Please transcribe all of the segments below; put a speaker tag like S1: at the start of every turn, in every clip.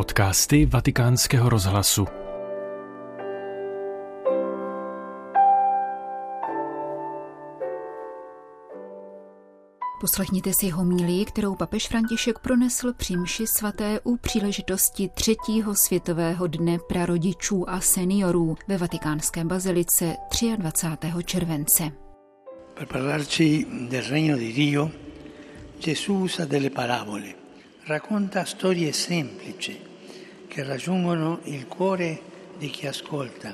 S1: Podcasty Vatikánského rozhlasu.
S2: Poslechněte si homílii, kterou papež František pronesl při mši svaté u příležitosti 3. světového dne prarodičů a seniorů ve Vatikánské bazilice 23. července.
S3: Per parlarci del regno di Dio, Gesù usa delle parabole. Racconta storie semplici che raggiungono il cuore di chi ascolta.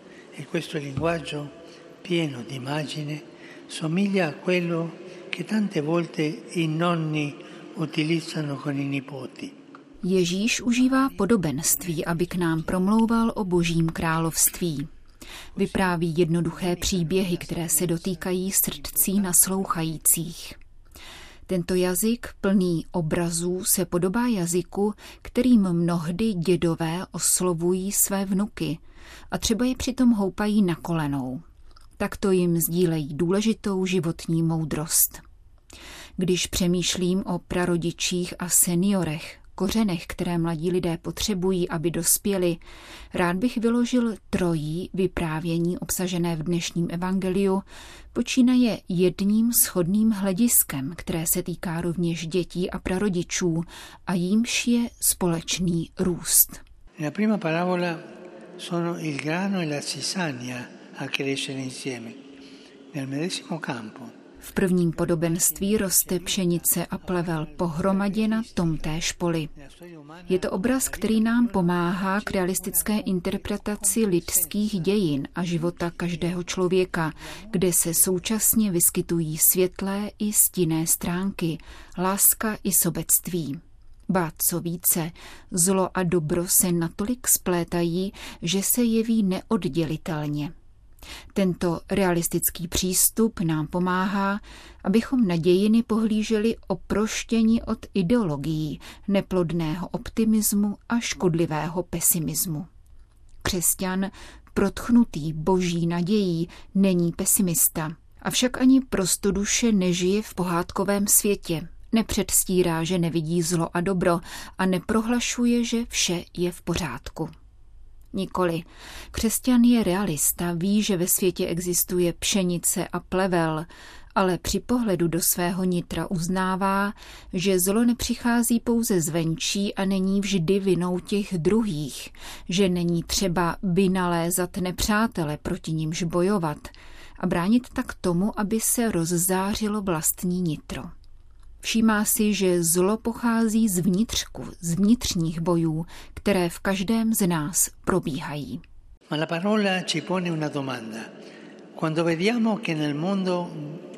S3: E questo linguaggio pieno di immagini somiglia a quello che tante volte i nonni utilizzano con i nipoti.
S2: Ježíš užívá podobenství, aby k nám promlouval o Božím království. Vypráví jednoduché příběhy, které se dotýkají srdcí naslouchajících. Tento jazyk plný obrazů se podobá jazyku, kterým mnohdy dědové oslovují své vnuky a třeba je přitom houpají na kolenou. Takto jim sdílejí důležitou životní moudrost. Když přemýšlím o prarodičích a seniorech, kořenech, které mladí lidé potřebují, aby dospěli, rád bych vyložil trojí vyprávění obsažené v dnešním evangeliu, počínaje jedním shodným hlediskem, které se týká rovněž dětí a prarodičů, a jímž je společný růst.
S3: La prima parabola sono il grano e la cizzania a crescere insieme nel medesimo campo.
S2: V prvním podobenství roste pšenice a plevel pohromadě na tomtéž poli. Je to obraz, který nám pomáhá k realistické interpretaci lidských dějin a života každého člověka, kde se současně vyskytují světlé i stinné stránky, láska i sobectví. Ba co více, zlo a dobro se natolik splétají, že se jeví neoddělitelně. Tento realistický přístup nám pomáhá, abychom na dějiny pohlíželi oproštěni od ideologií, neplodného optimismu a škodlivého pesimismu. Křesťan, protchnutý boží nadějí, není pesimista, avšak ani prostoduše nežije v pohádkovém světě. Nepředstírá, že nevidí zlo a dobro a neprohlašuje, že vše je v pořádku. Nikoli. Křesťan je realista, ví, že ve světě existuje pšenice a plevel, ale při pohledu do svého nitra uznává, že zlo nepřichází pouze zvenčí a není vždy vinou těch druhých, že není třeba vynalézat nepřátele, proti nimž bojovat a bránit tak tomu, aby se rozzářilo vlastní nitro. Všímá si, že zlo pochází z vnitřku, z vnitřních bojů, které v každém z nás probíhají.
S3: Ma la parola ci pone una domanda. Quando vediamo che nel mondo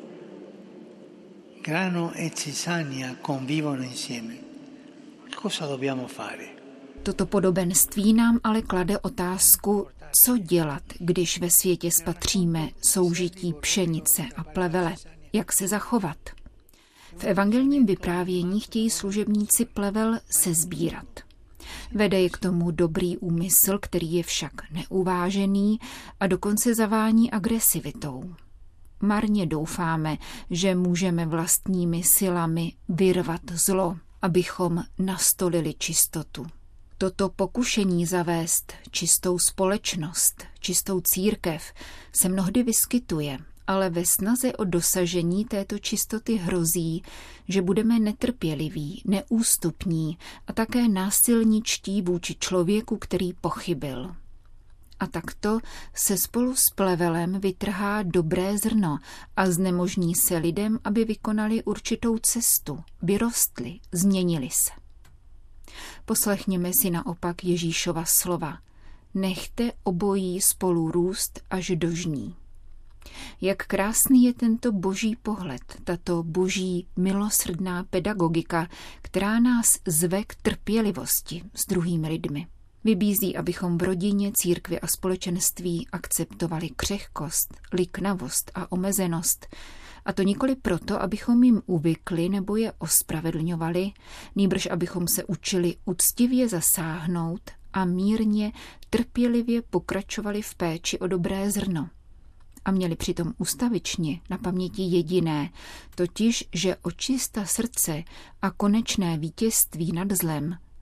S3: grano e cizzania convivono insieme, cosa dobbiamo fare?
S2: Toto podobenství nám ale klade otázku, co dělat, když ve světě spatříme soužití pšenice a plevele. Jak se zachovat? V evangelním vyprávění chtějí služebníci plevel sesbírat. Vede je k tomu dobrý úmysl, který je však neuvážený a dokonce zavání agresivitou. Marně doufáme, že můžeme vlastními silami vyrvat zlo, abychom nastolili čistotu. Toto pokušení zavést čistou společnost, čistou církev se mnohdy vyskytuje, ale ve snaze o dosažení této čistoty hrozí, že budeme netrpěliví, neústupní a také násilničtí vůči člověku, který pochybil. A takto se spolu s plevelem vytrhá dobré zrno a znemožní se lidem, aby vykonali určitou cestu, vyrostli, změnili se. Poslechněme si naopak Ježíšova slova. Nechte obojí spolu růst až do žní. Jak krásný je tento boží pohled, tato boží milosrdná pedagogika, která nás zve k trpělivosti s druhými lidmi. Vybízí, abychom v rodině, církvi a společenství akceptovali křehkost, liknavost a omezenost, a to nikoli proto, abychom jim uvykli nebo je ospravedlňovali, nýbrž abychom se učili uctivě zasáhnout a mírně, trpělivě pokračovali v péči o dobré zrno. A měli přitom ustavičně na paměti jediné, totiž, že očista srdce a konečné vítězství nad zlem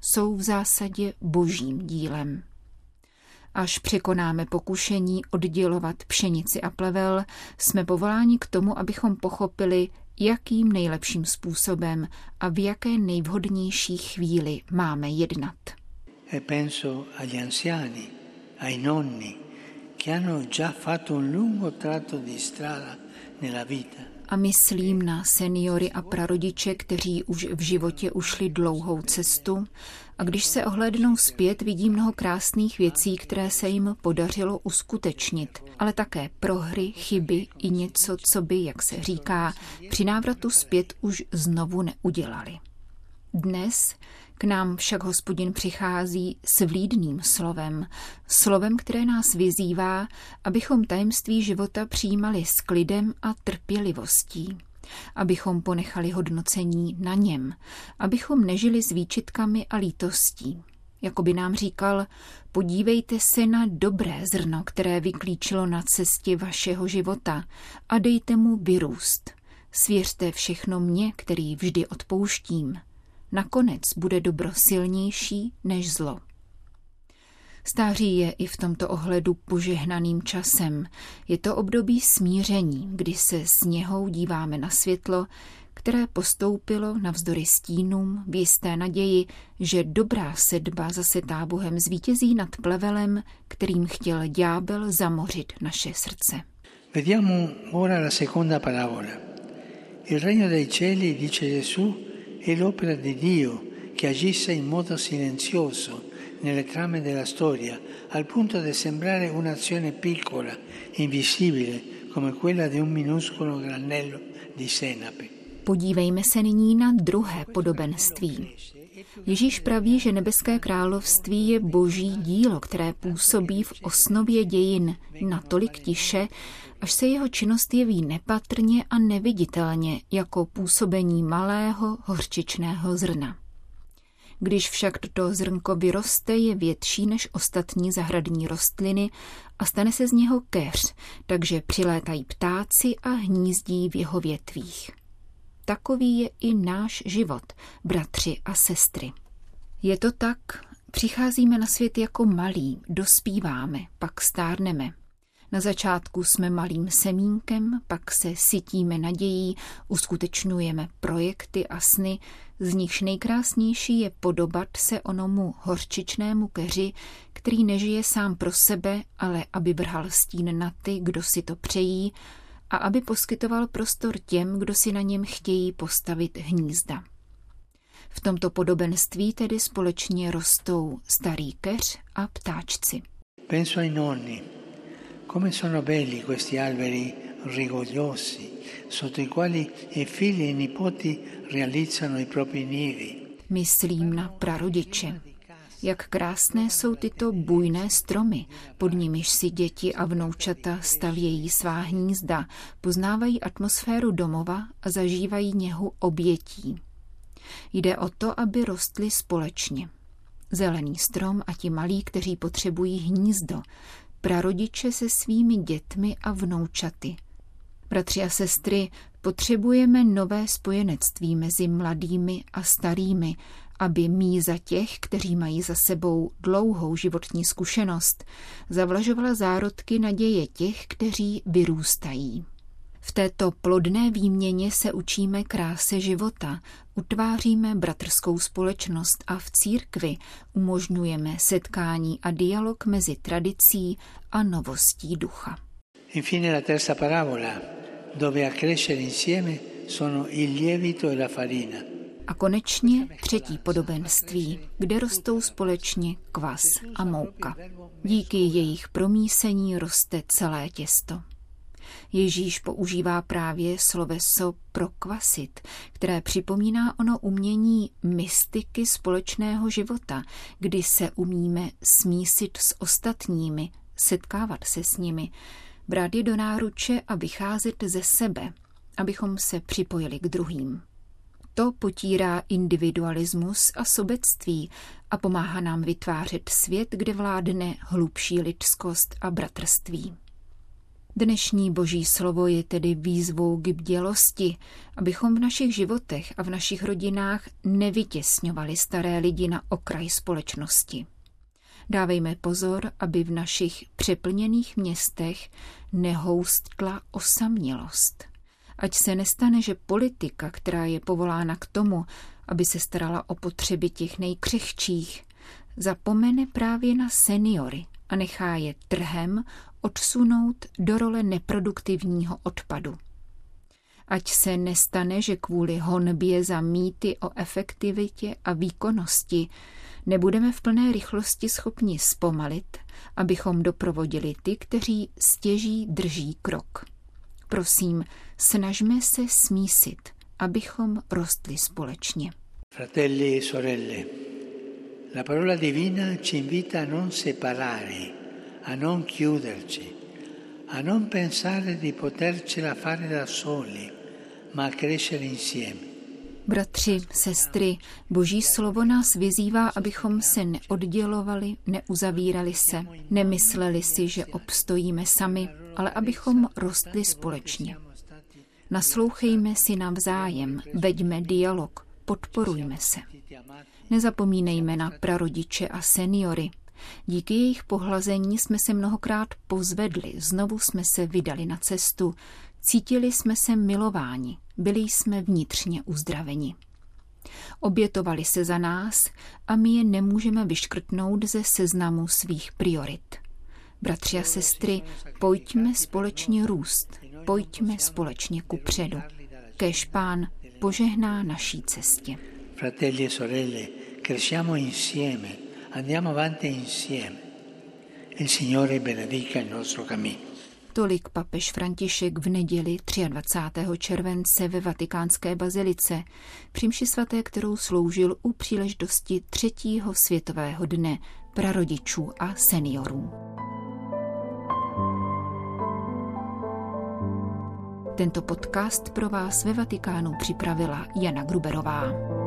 S2: jsou v zásadě božím dílem. Až překonáme pokušení oddělovat pšenici a plevel, jsme povoláni k tomu, abychom pochopili, jakým nejlepším způsobem a v jaké nejvhodnější chvíli máme jednat.
S3: E penso agli anziani, ai nonni, che hanno già fatto un lungo tratto di strada nella vita.
S2: A myslím na seniory a prarodiče, kteří už v životě ušli dlouhou cestu, a když se ohlédnou zpět, vidí mnoho krásných věcí, které se jim podařilo uskutečnit, ale také prohry, chyby i něco, co by, jak se říká, při návratu zpět už znovu neudělali. Dnes k nám však Hospodin přichází s vlídným slovem, které nás vyzývá, abychom tajemství života přijímali s klidem a trpělivostí, abychom ponechali hodnocení na něm, abychom nežili s výčitkami a lítostí. Jako by nám říkal, podívejte se na dobré zrno, které vyklíčilo na cestě vašeho života a dejte mu vyrůst. Svěřte všechno mně, který vždy odpouštím. Nakonec bude dobro silnější než zlo. Stáří je i v tomto ohledu požehnaným časem. Je to období smíření, kdy se s něhou díváme na světlo, které postoupilo navzdory stínům v jisté naději, že dobrá sedba zasetá Bohem zvítězí nad plevelem, kterým chtěl ďábel zamořit naše srdce.
S3: Vediamo ora la seconda parabola. Il regno dei cieli, dice Gesù, è l'opera di Dio che agisce in modo silenzioso nelle trame della storia, al punto di sembrare un'azione piccola, invisibile, come quella di un minuscolo granello di senape.
S2: Podívejme se nyní na druhé podobenství. Ježíš praví, že nebeské království je boží dílo, které působí v osnově dějin natolik tiše, až se jeho činnost jeví nepatrně a neviditelně jako působení malého hořčičného zrna. Když však to zrnko vyroste, je větší než ostatní zahradní rostliny a stane se z něho keř, takže přilétají ptáci a hnízdí v jeho větvích. Takový je i náš život, bratři a sestry. Je to tak, přicházíme na svět jako malí, dospíváme, pak stárneme. Na začátku jsme malým semínkem, pak se sytíme nadějí, uskutečňujeme projekty a sny, z nichž nejkrásnější je podobat se onomu hořčičnému keři, který nežije sám pro sebe, ale aby vrhal stín na ty, kdo si to přejí, a aby poskytoval prostor těm, kdo si na něm chtějí postavit hnízda. V tomto podobenství tedy společně rostou starý keř a ptáčci.
S3: Penso ai nonni. Come sono belli questi alberi rigogliosi, sotto i quali i figli e nipoti realizzano i propri nidi.
S2: Myslím na prarodiče. Jak krásné jsou tyto bujné stromy, pod nimiž si děti a vnoučata stavějí svá hnízda, poznávají atmosféru domova a zažívají něhu obětí. Jde o to, aby rostly společně. Zelený strom a ti malí, kteří potřebují hnízdo, prarodiče se svými dětmi a vnoučaty. Bratři a sestry, potřebujeme nové spojenectví mezi mladými a starými, aby míza těch, kteří mají za sebou dlouhou životní zkušenost, zavlažovala zárodky naděje těch, kteří vyrůstají. V této plodné výměně se učíme kráse života, utváříme bratrskou společnost a v církvi umožňujeme setkání a dialog mezi tradicí a novostí ducha.
S3: Infine la terza parabola, dove a crescere insieme sono il lievito e la farina.
S2: A konečně třetí podobenství, kde rostou společně kvas a mouka. Díky jejich promísení roste celé těsto. Ježíš používá právě sloveso prokvasit, které připomíná ono umění mystiky společného života, kdy se umíme smísit s ostatními, setkávat se s nimi, brát je do náruče a vycházet ze sebe, abychom se připojili k druhým. To potírá individualismus a sobectví a pomáhá nám vytvářet svět, kde vládne hlubší lidskost a bratrství. Dnešní Boží slovo je tedy výzvou k bdělosti, abychom v našich životech a v našich rodinách nevytěsňovali staré lidi na okraj společnosti. Dávejme pozor, aby v našich přeplněných městech nehoustla osamělost. Ať se nestane, že politika, která je povolána k tomu, aby se starala o potřeby těch nejkřehčích, zapomene právě na seniory a nechá je trhem odsunout do role neproduktivního odpadu. Ať se nestane, že kvůli honbě za mýty o efektivitě a výkonnosti nebudeme v plné rychlosti schopni zpomalit, abychom doprovodili ty, kteří stěží drží krok. Prosím, snažme se smísit, abychom rostli společně.
S3: Fratelli e sorelle, la parola divina ci invita a non separare, a non chiuderci, a non pensare di potercela fare da soli, ma a crescere insieme.
S2: Bratři, sestry, Boží slovo nás vyzývá, abychom se neoddělovali, neuzavírali se, nemysleli si, že obstojíme sami, ale abychom rostli společně. Naslouchejme si navzájem, veďme dialog, podporujme se. Nezapomínejme na prarodiče a seniory. Díky jejich pohlazení jsme se mnohokrát pozvedli, znovu jsme se vydali na cestu, cítili jsme se milováni, byli jsme vnitřně uzdraveni. Obětovali se za nás a my je nemůžeme vyškrtnout ze seznamu svých priorit. Bratři a sestry, pojďme společně růst, pojďme společně kupředu. Kéž Pán požehná naší cestě.
S3: Fratelli e sorelle, cresciamo insieme, andiamo avanti insieme. Il Signore benedica il nostro cammino.
S2: Tolik papež František v neděli 23. července ve Vatikánské bazilice, při mši svaté, kterou sloužil u příležitosti 3. světového dne prarodičů a seniorů. Tento podcast pro vás ve Vatikánu připravila Jana Gruberová.